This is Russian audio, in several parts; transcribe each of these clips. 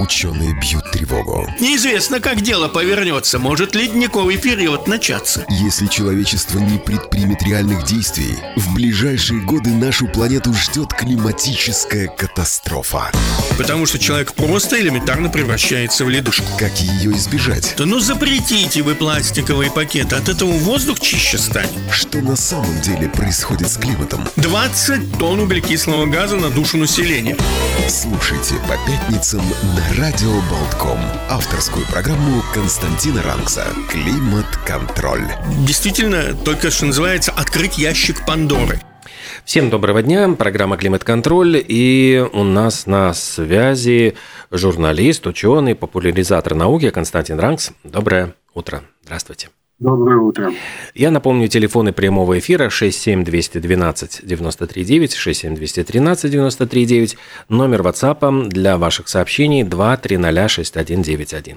ученые бьют тревогу. Неизвестно, как дело повернется. Может ледниковый период начаться. Если человечество не предпримет реальных действий, в ближайшие годы нашу планету ждет климатическая катастрофа. Потому что человек просто элементарно превращается в ледышку. Как ее избежать? Да запретите вы пластиковые пакеты. От этого воздух чище станет. Что на самом деле происходит с климатом? 20 тонн углекислого газа на душу населения. Слушайте по пятницам на Радио Болтком авторскую программу Константина Ранкса «Климат-контроль». Действительно, только что называется «Открыть ящик Пандоры». Всем доброго дня, программа «Климат-контроль», и у нас на связи журналист, ученый, популяризатор науки Константин Ранкс. Доброе утро, здравствуйте. Доброе утро. Я напомню, телефоны прямого эфира 67-212-93-9, 67-213-93-9, номер WhatsApp для ваших сообщений 2306191.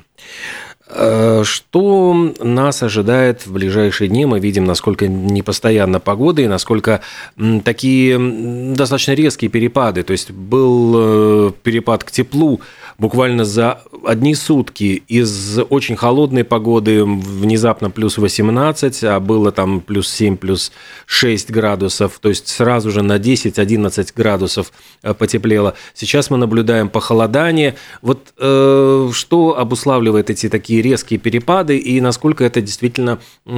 Что нас ожидает в ближайшие дни? Мы видим, насколько непостоянна погода и насколько такие достаточно резкие перепады. То есть был перепад к теплу буквально за одни сутки. Из очень холодной погоды внезапно плюс 18, а было там плюс 7, плюс 6 градусов. То есть сразу же на 10-11 градусов потеплело. Сейчас мы наблюдаем похолодание. Вот что обуславливает эти такие резкие перепады и насколько это действительно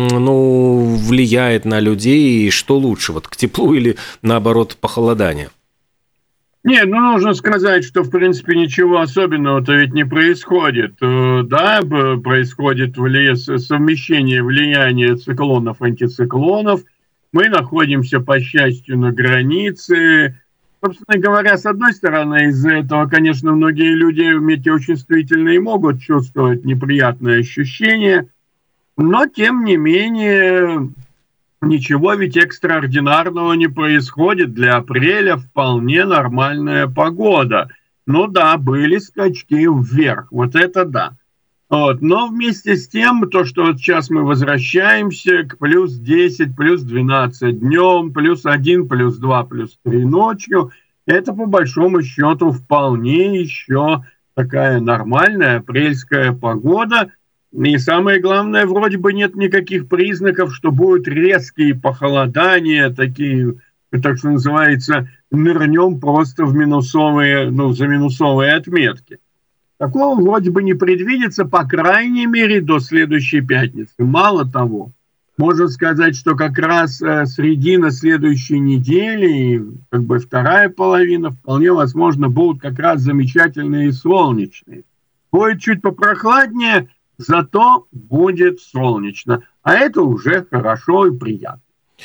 влияет на людей, и что лучше, вот к теплу или наоборот похолоданию? Нет, нужно сказать, что в принципе ничего особенного-то ведь не происходит. Да, происходит совмещение влияния циклонов, антициклонов. Мы находимся, по счастью, на границе. Собственно говоря, с одной стороны, из-за этого, конечно, многие люди метеочувствительные могут чувствовать неприятные ощущения, но, тем не менее, ничего ведь экстраординарного не происходит. Для апреля вполне нормальная погода. Ну да, были скачки вверх, вот это да. Но вместе с тем, то, что вот сейчас мы возвращаемся к плюс 10, плюс 12 днем, плюс 1, плюс 2, плюс 3 ночью, это по большому счету вполне еще такая нормальная апрельская погода. И самое главное, вроде бы нет никаких признаков, что будут резкие похолодания, такие, так что называется, нырнем просто в минусовые, за минусовые отметки. Такого вроде бы не предвидится, по крайней мере, до следующей пятницы. Мало того, можно сказать, что как раз середина следующей недели, как бы вторая половина, вполне возможно, будут как раз замечательные и солнечные. Будет чуть попрохладнее, зато будет солнечно. А это уже хорошо и приятно.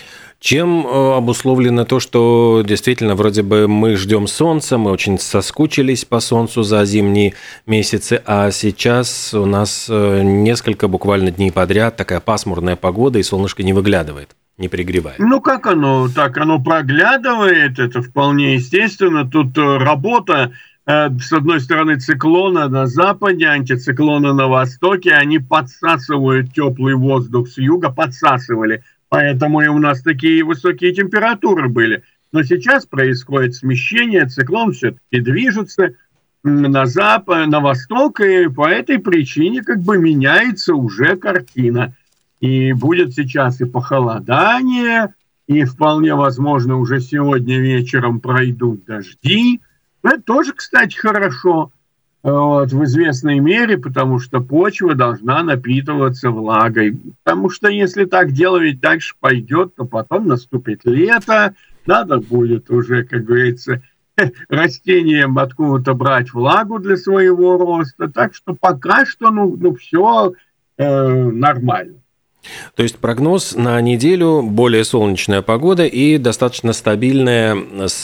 Чем обусловлено то, что действительно вроде бы мы ждем солнца, мы очень соскучились по солнцу за зимние месяцы, а сейчас у нас несколько буквально дней подряд такая пасмурная погода, и солнышко не выглядывает, не пригревает. Как оно? Так оно проглядывает, это вполне естественно. Тут работа, с одной стороны, циклона на западе, антициклона на востоке, они подсасывают теплый воздух с юга, подсасывали. Поэтому и у нас такие высокие температуры были. Но сейчас происходит смещение, циклон все-таки движется на запад, на восток, и по этой причине как бы меняется уже картина. И будет сейчас и похолодание, и вполне возможно уже сегодня вечером пройдут дожди. Это тоже, кстати, хорошо. В известной мере, потому что почва должна напитываться влагой. Потому что если так дело ведь дальше пойдет, то потом наступит лето, надо будет уже, как говорится, растениям откуда-то брать влагу для своего роста. Так что пока что, все нормально. То есть прогноз на неделю: более солнечная погода и достаточно стабильная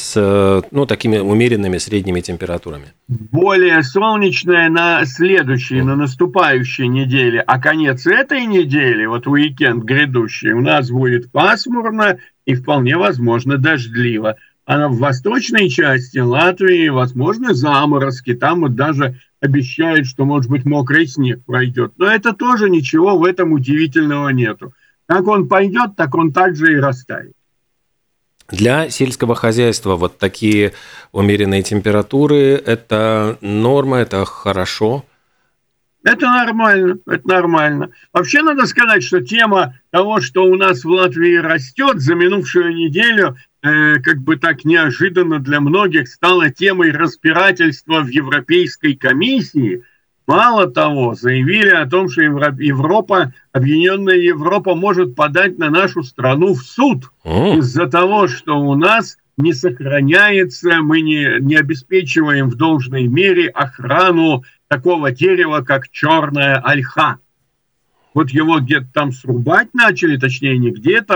с такими умеренными средними температурами. Более солнечная на следующей, на наступающей неделе. А конец этой недели, вот уикенд грядущий, у нас будет пасмурно и вполне возможно дождливо. А в восточной части Латвии возможны заморозки. Там вот даже обещают, что, может быть, мокрый снег пройдет. Но это тоже ничего в этом удивительного нету. Как он пойдет, так он также и растает. Для сельского хозяйства вот такие умеренные температуры – это норма, это хорошо? Это нормально, это нормально. Вообще надо сказать, что тема того, что у нас в Латвии растет, за минувшую неделю, как бы так неожиданно для многих, стала темой разбирательства в Европейской комиссии. Мало того, заявили о том, что Европа, Объединенная Европа может подать на нашу страну в суд из-за того, что у нас не сохраняется, мы не обеспечиваем в должной мере охрану такого дерева, как черная ольха. Вот его где-то там срубать начали, точнее не где-то,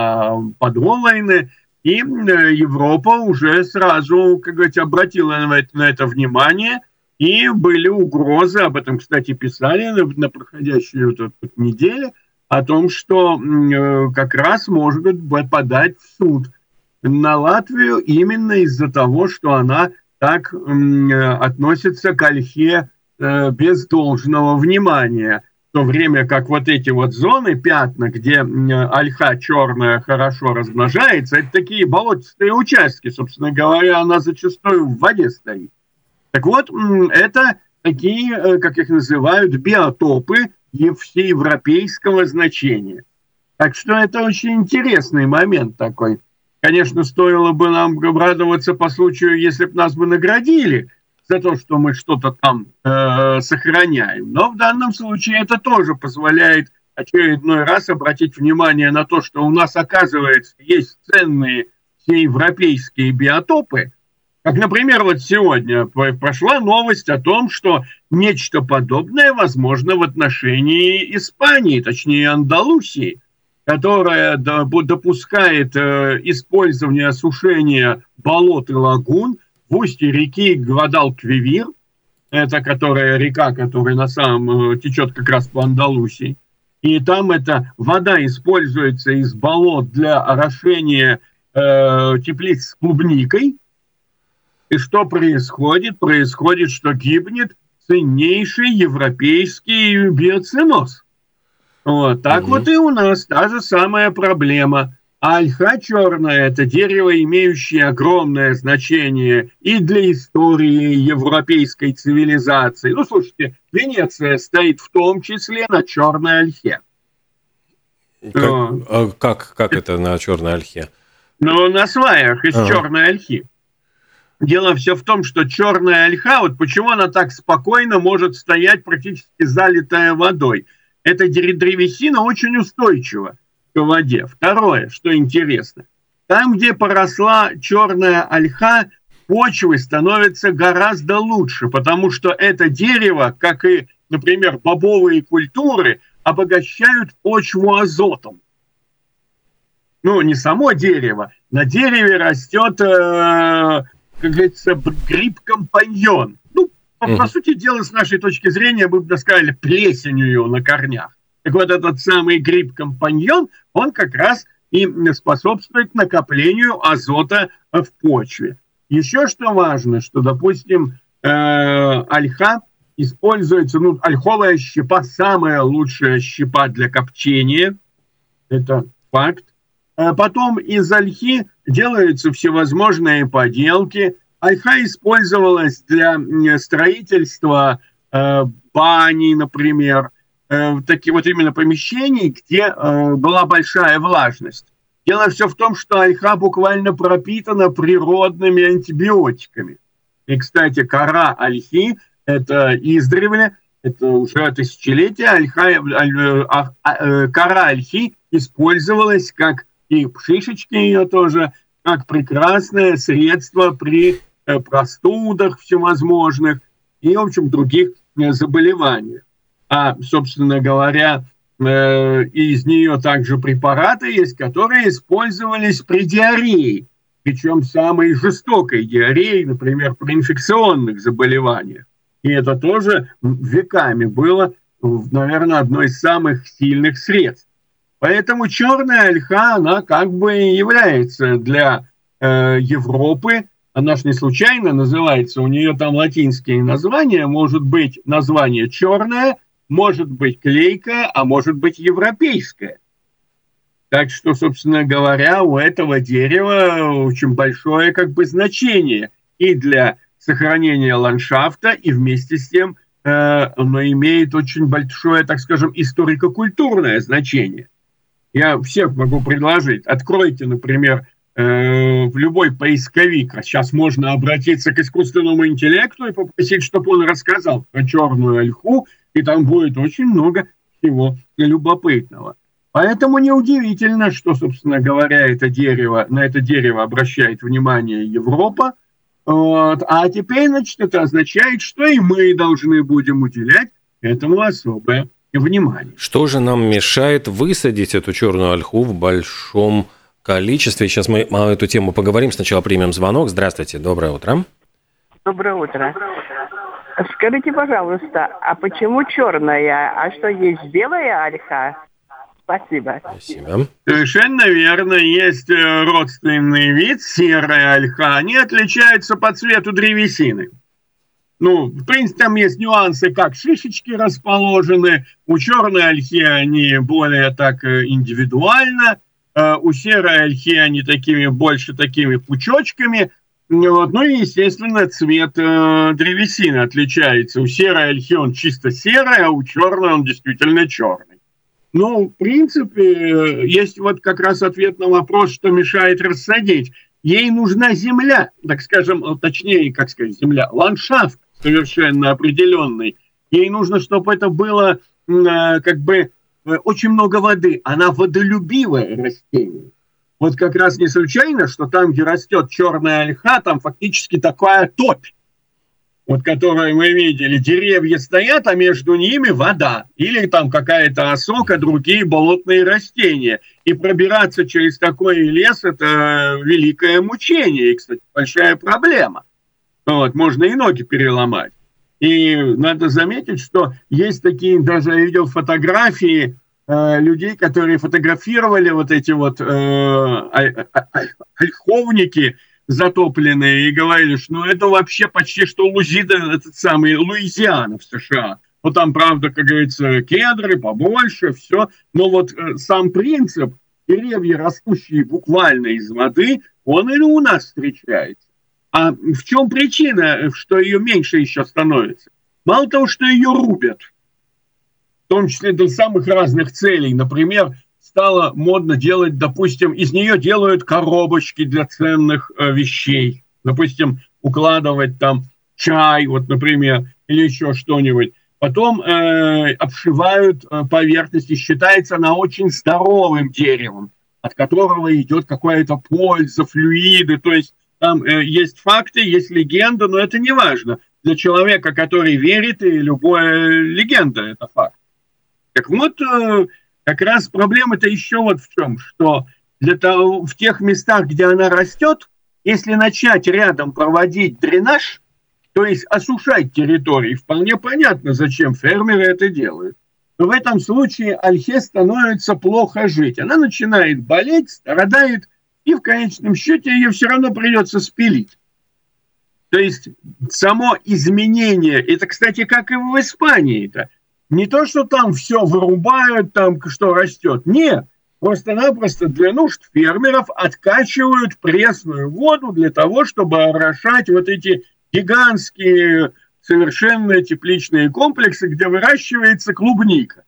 а под Олайны, и Европа уже сразу, как говорится, обратила на это внимание, и были угрозы, об этом, кстати, писали на проходящей вот неделе, о том, что как раз может подать в суд на Латвию именно из-за того, что она так относится к ольхе без должного внимания. В то время как вот эти вот зоны, пятна, где ольха черная хорошо размножается, это такие болотистые участки, собственно говоря, она зачастую в воде стоит. Так вот, это такие, как их называют, биотопы всеевропейского значения. Так что это очень интересный момент такой. Конечно, стоило бы нам обрадоваться по случаю, если бы нас бы наградили за то, что мы что-то там сохраняем. Но в данном случае это тоже позволяет очередной раз обратить внимание на то, что у нас, оказывается, есть ценные всеевропейские биотопы. Как, например, вот сегодня прошла новость о том, что нечто подобное возможно в отношении Испании, точнее Андалусии, которая допускает использование осушения болот и лагун в устье реки Гвадалквивир, это река, которая на самом течет как раз по Андалусии. И там эта вода используется из болот для орошения теплиц с клубникой. И что происходит? Происходит, что гибнет ценнейший европейский биоценоз. Вот так вот и у нас та же самая проблема. А ольха черная – это дерево, имеющее огромное значение и для истории европейской цивилизации. Ну, слушайте, Венеция стоит в том числе на черной ольхе. Как это на черной ольхе? Ну, на сваях из черной ольхи. Дело все в том, что черная ольха, вот почему она так спокойно может стоять практически залитая водой. Эта древесина очень устойчива к воде. Второе, что интересно, там, где поросла черная ольха, почвы становятся гораздо лучше, потому что это дерево, как и, например, бобовые культуры, обогащают почву азотом. Ну, не само дерево. На дереве растет, как говорится, гриб-компаньон. Ну, по сути дела, с нашей точки зрения, мы бы сказали, плесенью на корнях. Так вот, этот самый гриб-компаньон, он как раз и способствует накоплению азота в почве. Еще что важно, что, допустим, ольха используется, ольховая щепа – самая лучшая щепа для копчения, это факт. Потом из ольхи делаются всевозможные поделки. Ольха использовалась для строительства бани, например, таких вот именно помещений, где была большая влажность. Дело все в том, что ольха буквально пропитана природными антибиотиками. И, кстати, кора ольхи – это издревле, это уже тысячелетия, кора ольхи использовалась как и шишечки ее тоже, как прекрасное средство при простудах всевозможных и, в общем, других заболеваниях. А, собственно говоря, из нее также препараты есть, которые использовались при диарее, причем самой жестокой диареей, например, при инфекционных заболеваниях. И это тоже веками было, наверное, одно из самых сильных средств. Поэтому черная ольха, она как бы является для Европы, она же не случайно называется, у нее там латинские названия, может быть название черное, может быть клейкое, а может быть европейское. Так что, собственно говоря, у этого дерева очень большое значение и для сохранения ландшафта, и вместе с тем оно имеет очень большое, так скажем, историко-культурное значение. Я всех могу предложить. Откройте, например, в любой поисковик. Сейчас можно обратиться к искусственному интеллекту и попросить, чтобы он рассказал про черную ольху, и там будет очень много всего любопытного. Поэтому неудивительно, что, собственно говоря, на это дерево обращает внимание Европа. Вот. А теперь, это означает, что и мы должны будем уделять этому особое внимание. Что же нам мешает высадить эту черную ольху в большом количестве? Сейчас мы на эту тему поговорим. Сначала примем звонок. Здравствуйте, доброе утро. Доброе утро. Скажите, пожалуйста, а почему черная? А что, есть белая ольха? Спасибо. Совершенно верно. Есть родственный вид, серая ольха. Они отличаются по цвету древесины. В принципе, там есть нюансы, как шишечки расположены. У черной ольхи они более так индивидуально. У серой ольхи они больше такими пучочками. И, естественно, цвет древесины отличается. У серой ольхи он чисто серый, а у черной он действительно черный. В принципе, есть как раз ответ на вопрос, что мешает рассадить. Ей нужна земля, земля, ландшафт совершенно определенный. Ей нужно, чтобы это было очень много воды. Она водолюбивое растение. Как раз не случайно, что там, где растет черная ольха, там фактически такая топь. Которую мы видели, деревья стоят, а между ними вода. Или там какая-то осока, другие болотные растения. И пробираться через такой лес – это великое мучение. И, кстати, большая проблема. Можно и ноги переломать. И надо заметить, что есть такие, даже я видел фотографии людей, которые фотографировали эти ольховники, затопленные, и говорили, что это вообще почти что Луизиана в США. Там, правда, как говорится, кедры побольше, все. Но сам принцип, деревья, растущие буквально из воды, он и у нас встречается. А в чем причина, что ее меньше еще становится? Мало того, что ее рубят, в том числе для самых разных целей. Например, стало модно делать, допустим, из нее делают коробочки для ценных вещей. Допустим, укладывать там чай, например, или еще что-нибудь. Потом обшивают поверхность, и считается она очень здоровым деревом, от которого идет какая-то польза, флюиды. То есть там есть факты, есть легенда, но это не важно. Для человека, который верит, и любая легенда – это факт. Так как раз проблема-то еще в чем, что в тех местах, где она растет, если начать рядом проводить дренаж, то есть осушать территории, вполне понятно, зачем фермеры это делают. Но в этом случае ольхе становится плохо жить. Она начинает болеть, страдает, и в конечном счете ее все равно придется спилить. То есть само изменение, это, кстати, как и в Испании-то, не то, что там все вырубают, там что растет. Нет, просто-напросто для нужд фермеров откачивают пресную воду для того, чтобы орошать эти гигантские совершенно тепличные комплексы, где выращивается клубника.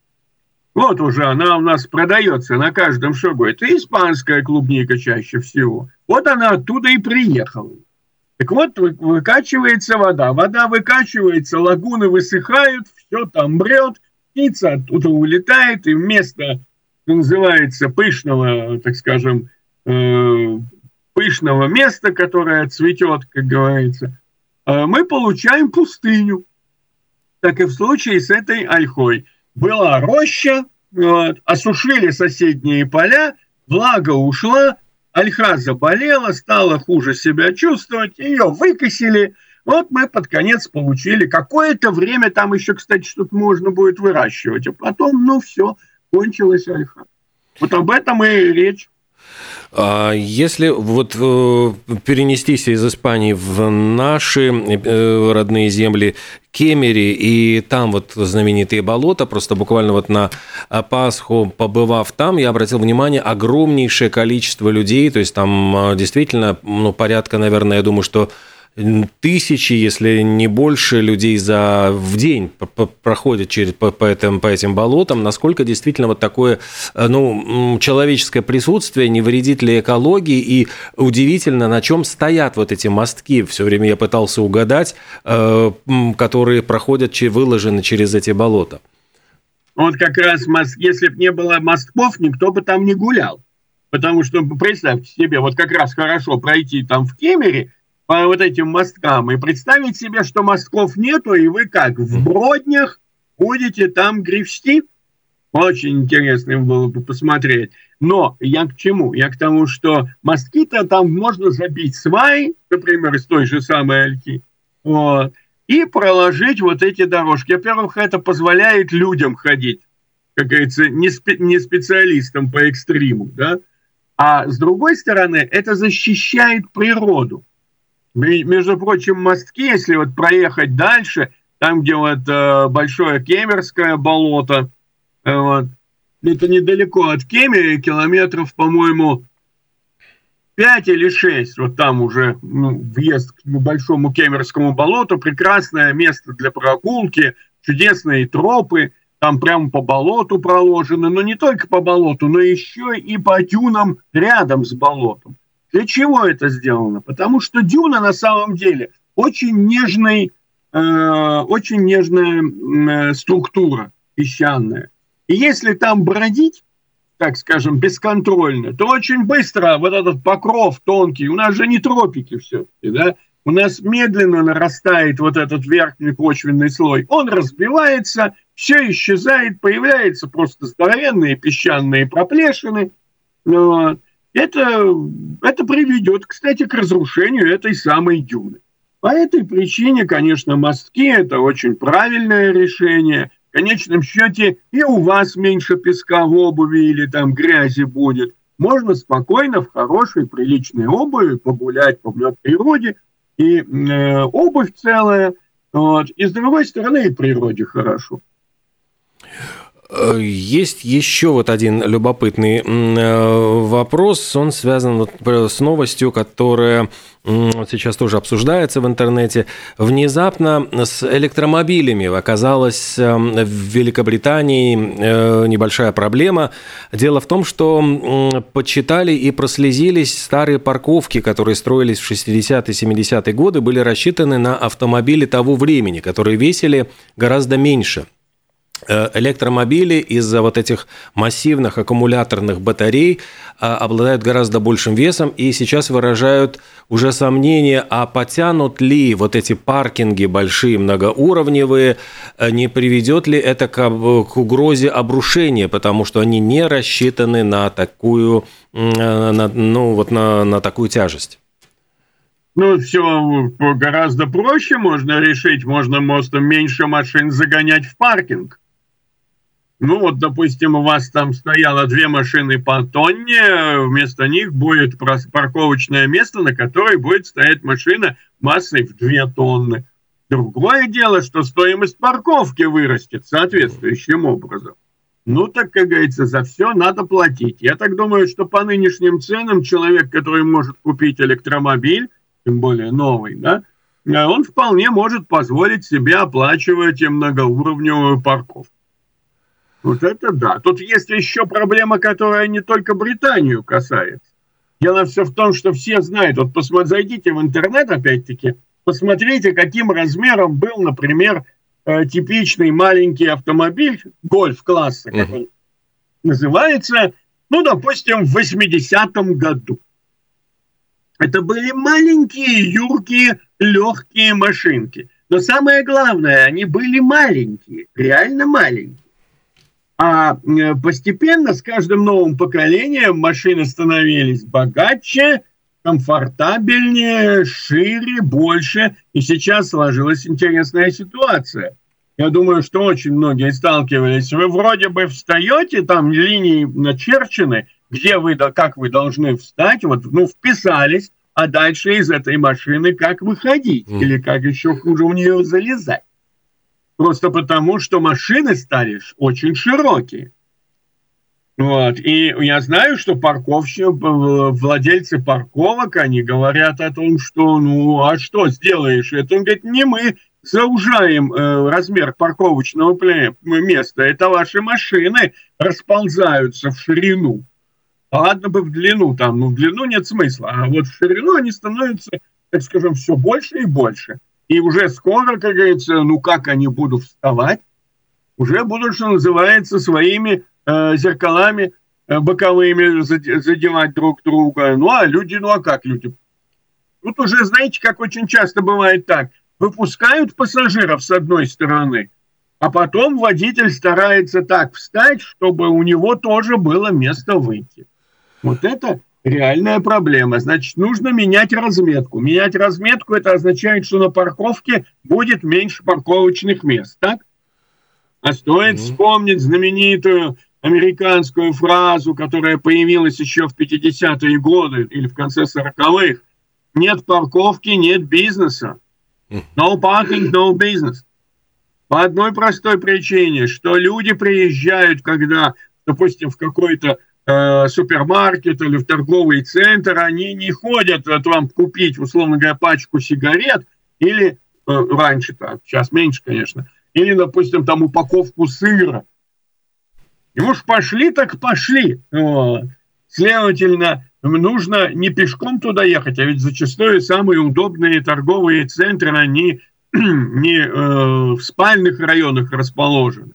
Уже она у нас продается на каждом шагу. Это испанская клубника чаще всего. Она оттуда и приехала. Так выкачивается вода выкачивается, лагуны высыхают, все там мрет, птица оттуда улетает, и вместо, что называется, пышного, так скажем, пышного места, которое цветет, как говорится, мы получаем пустыню. Так и в случае с этой ольхой. Была роща, осушили соседние поля, влага ушла, ольха заболела, стала хуже себя чувствовать, ее выкосили. Мы под конец получили. Какое-то время там еще, кстати, что-то можно будет выращивать. А потом, все, кончилась ольха. Об этом и речь. Если вот перенестись из Испании в наши родные земли, Кемери, и там вот знаменитые болота, просто буквально вот на Пасху, побывав там, я обратил внимание, огромнейшее количество людей, то есть там действительно, порядка, наверное, я думаю, что тысячи, если не больше, людей в день проходят по этим болотам. Насколько действительно вот такое человеческое присутствие, не вредит ли экологии, и удивительно, на чем стоят вот эти мостки. Все время я пытался угадать, которые проходят, выложены через эти болота. Вот как раз если бы не было мостков, никто бы там не гулял. Потому что, представьте себе, вот как раз хорошо пройти там в Кемере, по вот этим мосткам, и представить себе, что мостков нету, и вы как, в Броднях будете там гребсти? Очень интересно было бы посмотреть. Но я к чему? Я к тому, что мостки-то там можно забить сваи, например, из той же самой Ольхи, вот, и проложить вот эти дорожки. Во-первых, это позволяет людям ходить, как говорится, не специалистам по экстриму, да? А с другой стороны, это защищает природу. Между прочим, мостки, если вот проехать дальше, там, где вот большое Кемерское болото, вот, это недалеко от Кемери, километров, по-моему, 5 или 6, вот там уже въезд к большому Кемерскому болоту, прекрасное место для прогулки, чудесные тропы, там прямо по болоту проложены, но не только по болоту, но еще и по дюнам рядом с болотом. Для чего это сделано? Потому что дюна на самом деле очень нежная структура песчаная. И если там бродить, так скажем, бесконтрольно, то очень быстро вот этот покров тонкий, у нас же не тропики все-таки, да? У нас медленно нарастает вот этот верхний почвенный слой. Он разбивается, все исчезает, появляются просто здоровенные песчаные проплешины. Это приведет, кстати, к разрушению этой самой дюны. По этой причине, конечно, мостки – это очень правильное решение. В конечном счете и у вас меньше песка в обуви или там грязи будет. Можно спокойно в хорошей, приличной обуви погулять по природе. И обувь целая. Вот. И с другой стороны, и природе хорошо. Есть еще вот один любопытный вопрос, он связан с новостью, которая сейчас тоже обсуждается в интернете. Внезапно с электромобилями оказалась в Великобритании небольшая проблема. Дело в том, что подсчитали и прослезились старые парковки, которые строились в 60-е, 70-е годы, были рассчитаны на автомобили того времени, которые весили гораздо меньше. Электромобили из-за вот этих массивных аккумуляторных батарей обладают гораздо большим весом и сейчас выражают уже сомнения, а потянут ли вот эти паркинги большие, многоуровневые, не приведет ли это к угрозе обрушения, потому что они не рассчитаны на такую, на такую тяжесть. Все гораздо проще можно решить, можно меньше машин загонять в паркинг. Допустим, у вас там стояло 2 машины по тонне, вместо них будет парковочное место, на которой будет стоять машина массой в 2 тонны. Другое дело, что стоимость парковки вырастет соответствующим образом. Так, как говорится, за все надо платить. Я так думаю, что по нынешним ценам человек, который может купить электромобиль, тем более новый, да, он вполне может позволить себе оплачивать многоуровневую парковку. Вот это да. Тут есть еще проблема, которая не только Британию касается. Дело все в том, что все знают. Вот зайдите в интернет, опять-таки, посмотрите, каким размером был, например, типичный маленький автомобиль гольф-класса, как он называется, допустим, в 80-м году. Это были маленькие, юркие, легкие машинки. Но самое главное, они были маленькие, реально маленькие. А постепенно с каждым новым поколением машины становились богаче, комфортабельнее, шире, больше. И сейчас сложилась интересная ситуация. Я думаю, что очень многие сталкивались. Вы вроде бы встаете, там линии начерчены, как вы должны встать, вписались, а дальше из этой машины как выходить, или как еще хуже в нее залезать. Просто потому, что машины стали очень широкие. И я знаю, что владельцы парковок, они говорят о том, что, а что сделаешь? Это, он говорит, не мы заужаем размер парковочного места, это ваши машины расползаются в ширину. Ладно бы в длину, в длину нет смысла, а вот в ширину они становятся, так скажем, все больше и больше. И уже скоро, как говорится, как они будут вставать, уже будут, что называется, своими зеркалами боковыми задевать друг друга. А люди, как люди? Тут уже, знаете, как очень часто бывает так, выпускают пассажиров с одной стороны, а потом водитель старается так встать, чтобы у него тоже было место выйти. Вот это реальная проблема. Значит, нужно менять разметку. Менять разметку – это означает, что на парковке будет меньше парковочных мест, так? А стоит вспомнить знаменитую американскую фразу, которая появилась еще в 50-е годы или в конце 40-х. Нет парковки, нет бизнеса. No parking, no business. По одной простой причине, что люди приезжают, когда, допустим, в какой-то супермаркет или в торговый центр, они не ходят вам купить, условно говоря, пачку сигарет или раньше-то, сейчас меньше, конечно, или, допустим, там упаковку сыра. И уж пошли, так пошли. Следовательно, нужно не пешком туда ехать, а ведь зачастую самые удобные торговые центры, они не в спальных районах расположены.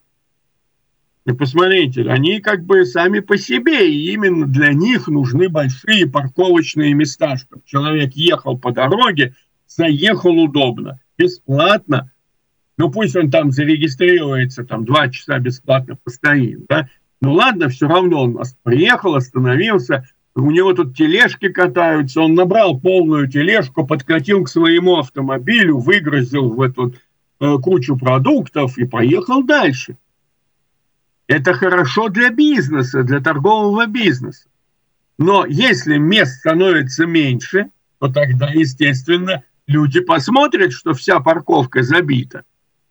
И посмотрите, они как бы сами по себе, и именно для них нужны большие парковочные места, чтобы человек ехал по дороге, заехал удобно, бесплатно. Пусть он там зарегистрируется, 2 часа бесплатно постоит, да? Ладно, все равно он приехал, остановился, у него тут тележки катаются, он набрал полную тележку, подкатил к своему автомобилю, выгрузил в эту кучу продуктов и поехал дальше. Это хорошо для бизнеса, для торгового бизнеса. Но если мест становится меньше, то тогда, естественно, люди посмотрят, что вся парковка забита.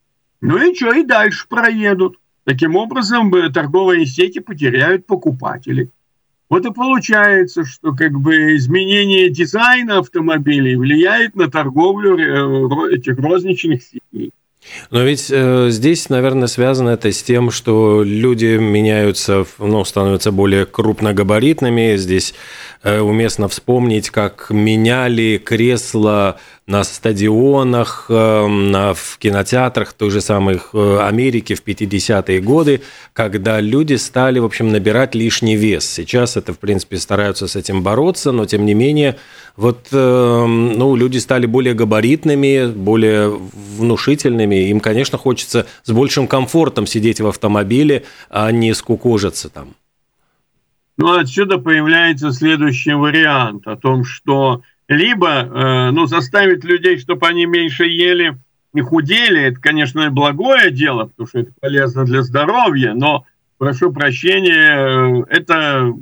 И дальше проедут. Таким образом, торговые сети потеряют покупателей. Вот и получается, что изменение дизайна автомобилей влияет на торговлю этих розничных сетей. Но ведь здесь, наверное, связано это с тем, что люди меняются, становятся более крупногабаритными. Здесь уместно вспомнить, как меняли кресла на стадионах, в кинотеатрах той же самой Америки в 50-е годы, когда люди стали, в общем, набирать лишний вес. Сейчас это, в принципе, стараются с этим бороться, но, тем не менее, люди стали более габаритными, более внушительными. Им, конечно, хочется с большим комфортом сидеть в автомобиле, а не скукожиться там. Отсюда появляется следующий вариант о том, что либо заставить людей, чтобы они меньше ели и худели, это, конечно, благое дело, потому что это полезно для здоровья, но, прошу прощения, это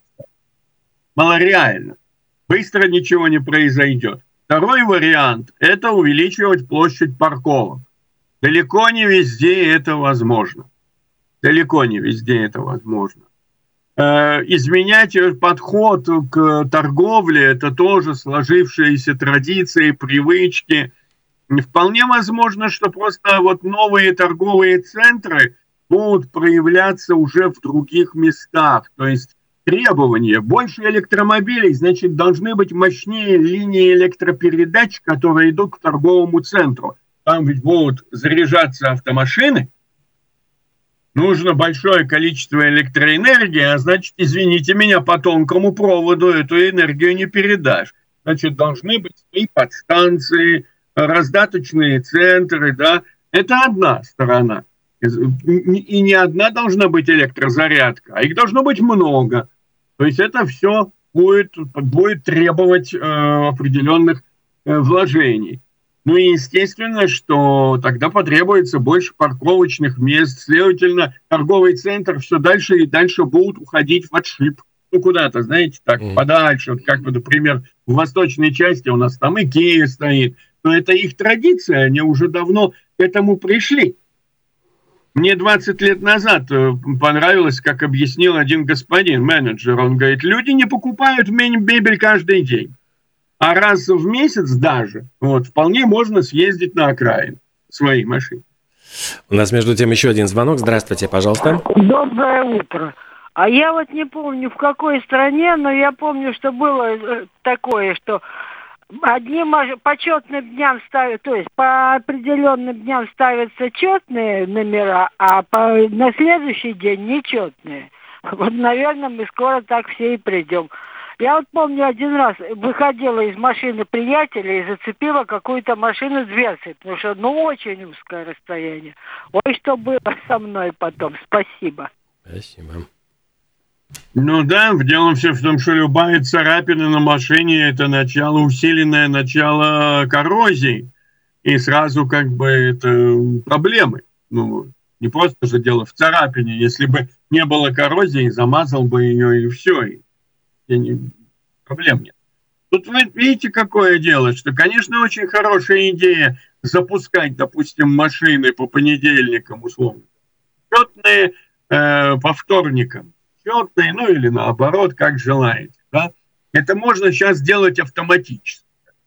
малореально. Быстро ничего не произойдет. Второй вариант – это увеличивать площадь парковок. Далеко не везде это возможно. Далеко не везде это возможно. Изменять подход к торговле – это тоже сложившиеся традиции, привычки. Вполне возможно, что просто новые торговые центры будут проявляться уже в других местах. То есть требования. Больше электромобилей, значит, должны быть мощнее линии электропередач, которые идут к торговому центру. Там ведь будут заряжаться автомашины. Нужно большое количество электроэнергии, а значит, извините меня, по тонкому проводу эту энергию не передашь. Значит, должны быть и подстанции, раздаточные центры, да. Это одна сторона. И не одна должна быть электрозарядка, а их должно быть много. То есть это все будет требовать определенных вложений. И естественно, что тогда потребуется больше парковочных мест. Следовательно, торговый центр все дальше и дальше будут уходить в отшиб. куда-то, знаете, так подальше, вот как бы, например, в восточной части у нас там Икея стоит, но это их традиция, они уже давно к этому пришли. Мне 20 лет назад понравилось, как объяснил один господин, менеджер, он говорит, люди не покупают мебель каждый день, а раз в месяц даже, вот, вполне можно съездить на окраину своей машины. У нас, между тем, еще один звонок. Здравствуйте, пожалуйста. Доброе утро. А я вот не помню, в какой стране, но я помню, что было такое, что одним по четным дням ставят, то есть по определенным дням ставятся четные номера, а на следующий день нечетные. Вот, наверное, мы скоро так все и придем. Я вот помню, один раз выходила из машины приятеля и зацепила какую-то машину дверцей, потому что, очень узкое расстояние. Ой, что было со мной потом. Спасибо. Спасибо. Ну да, дело все в том, что любая царапина на машине – это усиленное начало коррозии. И сразу как бы это проблемы. Не просто же дело в царапине. Если бы не было коррозии, замазал бы ее и все. Проблем нет. Тут вы видите, какое дело, что, конечно, очень хорошая идея запускать, допустим, машины по понедельникам, условно. Четные по вторникам. Четные, или наоборот, как желаете. Да? Это можно сейчас делать автоматически.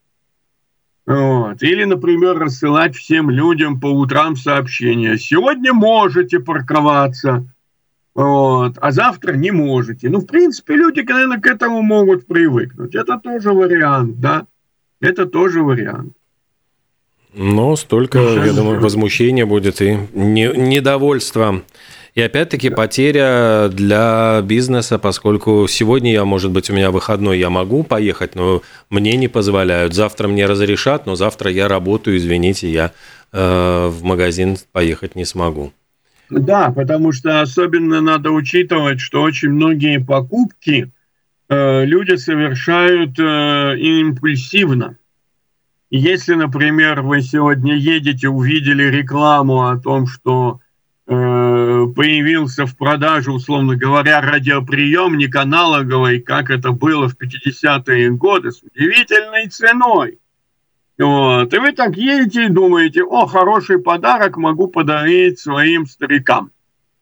Вот. Или, например, рассылать всем людям по утрам сообщения. Сегодня можете парковаться, а завтра не можете. В принципе, люди, наверное, к этому могут привыкнуть. Это тоже вариант, да? Это тоже вариант. Но столько, я думаю, возмущения будет и недовольства. И опять-таки потеря для бизнеса, поскольку сегодня может быть, у меня выходной, я могу поехать, но мне не позволяют. Завтра мне разрешат, но завтра я работаю, извините, я в магазин поехать не смогу. Да, потому что особенно надо учитывать, что очень многие покупки люди совершают импульсивно. Если, например, вы сегодня едете, увидели рекламу о том, что появился в продаже, условно говоря, радиоприемник аналоговый, как это было в 50-е годы, с удивительной ценой. И вы так едете и думаете, хороший подарок могу подарить своим старикам.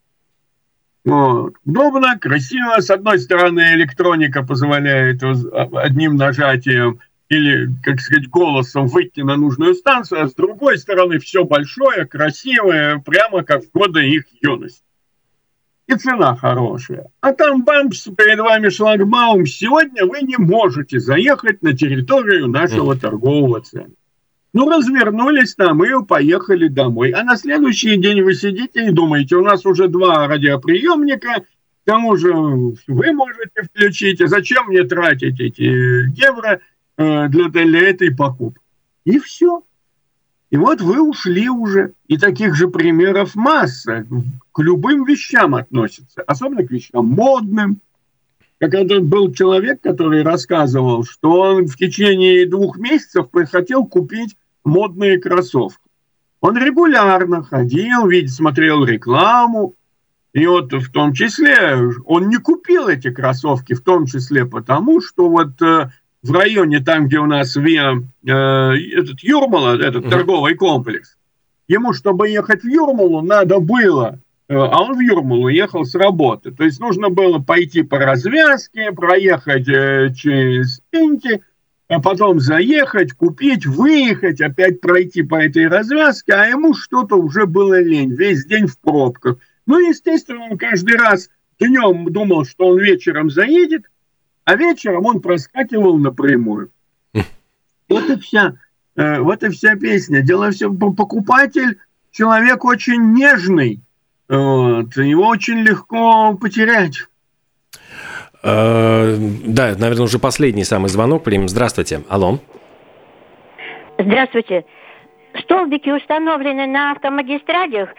Удобно, красиво. С одной стороны, электроника позволяет одним нажатием или, голосом выйти на нужную станцию, а с другой стороны, все большое, красивое, прямо как в годы их юности. И цена хорошая. А там бампс, перед вами шлагбаум. Сегодня вы не можете заехать на территорию нашего торгового центра. Развернулись там и поехали домой. А на следующий день вы сидите и думаете, у нас уже 2 радиоприемника, к тому же вы можете включить, а зачем мне тратить эти евро для этой покупки? И все. И вот вы ушли уже. И таких же примеров масса. К любым вещам относятся. Особенно к вещам модным. Как этот был человек, который рассказывал, что он в течение 2 месяцев хотел купить модные кроссовки. Он регулярно ходил, смотрел рекламу. И в том числе он не купил эти кроссовки, в том числе потому, что в районе, там, где у нас этот Юрмала, этот торговый комплекс, ему, чтобы ехать в Юрмалу, надо было, а он в Юрмалу ехал с работы. То есть нужно было пойти по развязке, проехать через Пеньки, а потом заехать, купить, выехать, опять пройти по этой развязке, а ему что-то уже было лень, весь день в пробках. Естественно, он каждый раз днем думал, что он вечером заедет, а вечером он проскакивал напрямую. Вот и вся песня. Дело все, покупатель человек очень нежный. Его очень легко потерять. Да, наверное, уже последний самый звонок примем. Здравствуйте. Алло. Здравствуйте. Столбики, установленные на автомагистралях,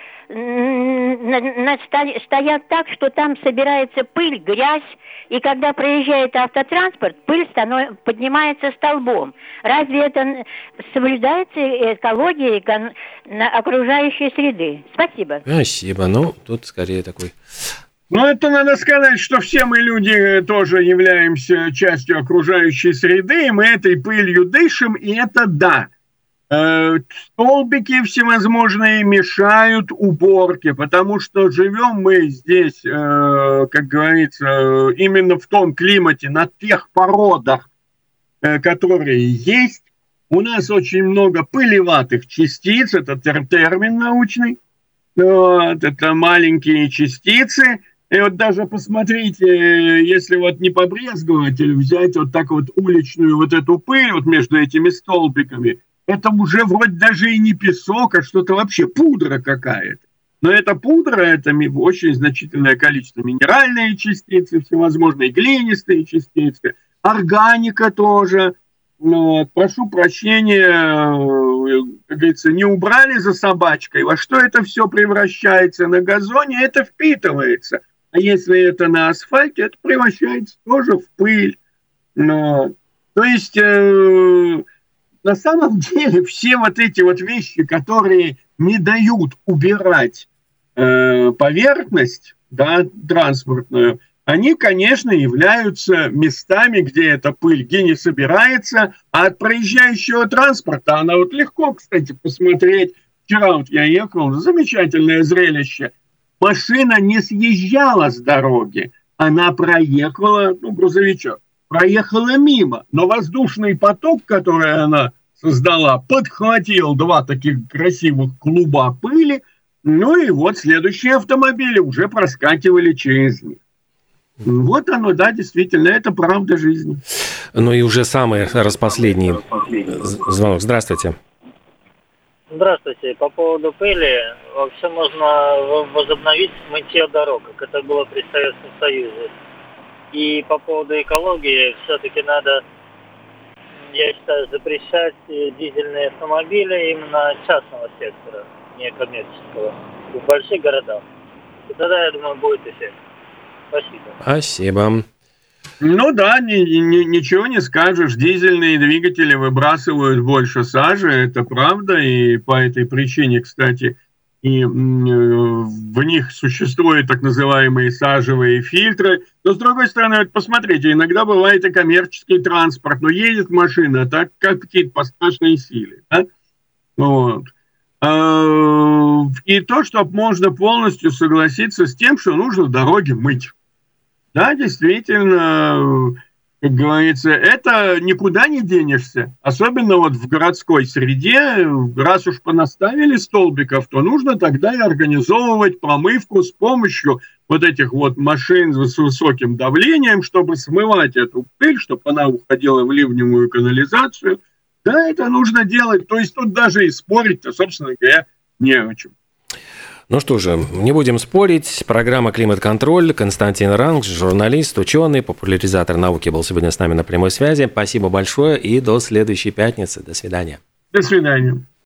стоят так, что там собирается пыль, грязь, и когда проезжает автотранспорт, пыль поднимается столбом. Разве это соблюдается экология окружающей среды? Спасибо. Спасибо. Тут скорее такой Ну, это надо сказать, что все мы люди тоже являемся частью окружающей среды, и мы этой пылью дышим, и это да. Столбики всевозможные мешают уборке, потому что живем мы здесь, как говорится, именно в том климате, на тех породах, которые есть. У нас очень много пылеватых частиц, это термин научный, вот, это маленькие частицы. И вот даже посмотрите, если вот не побрезговать или взять вот так вот уличную вот эту пыль вот между этими столбиками, это уже вроде даже и не песок, а что-то вообще пудра какая-то. Но эта пудра, это очень значительное количество минеральные частицы, всевозможные глинистые частицы, органика тоже. Прошу прощения, как говорится, не убрали за собачкой. Во что это все превращается на газоне, это впитывается. А если это на асфальте, это превращается тоже в пыль. То есть... На самом деле все вот эти вот вещи, которые не дают убирать поверхность, да, транспортную, они, конечно, являются местами, где эта пыль не собирается, а от проезжающего транспорта она вот легко, кстати, посмотреть. Вчера вот я ехал, замечательное зрелище. Машина не съезжала с дороги, она проехала, грузовичок, проехала мимо, но воздушный поток, который она создала, подхватил два таких красивых клуба пыли, и вот следующие автомобили уже проскакивали через них. Вот оно, да, действительно, это правда жизни. Ну и уже самый распоследний звонок. Здравствуйте. Здравствуйте. По поводу пыли, вообще можно возобновить мытье дорог, как это было при Советском Союзе. И по поводу экологии, все-таки надо, я считаю, запрещать дизельные автомобили именно частного сектора, не коммерческого, в больших городах. И тогда, я думаю, будет эффект. Спасибо. Спасибо. Ну да, ничего не скажешь. Дизельные двигатели выбрасывают больше сажи, это правда. И по этой причине, кстати, и в них существуют так называемые сажевые фильтры. Но, с другой стороны, вот посмотрите, иногда бывает и коммерческий транспорт, но едет машина так, как птиц по страшной силе. Да? Вот. И то, что можно полностью согласиться с тем, что нужно дороги мыть. Да, действительно, как говорится, это никуда не денешься. Особенно вот в городской среде, раз уж понаставили столбиков, то нужно тогда и организовывать промывку с помощью вот этих вот машин с высоким давлением, чтобы смывать эту пыль, чтобы она уходила в ливневую канализацию. Да, это нужно делать. То есть тут даже и спорить-то, собственно говоря, не о чем. Ну что же, не будем спорить. Программа «Климат-контроль». Константин Рангш, журналист, ученый, популяризатор науки, был сегодня с нами на прямой связи. Спасибо большое и до следующей пятницы. До свидания. До свидания.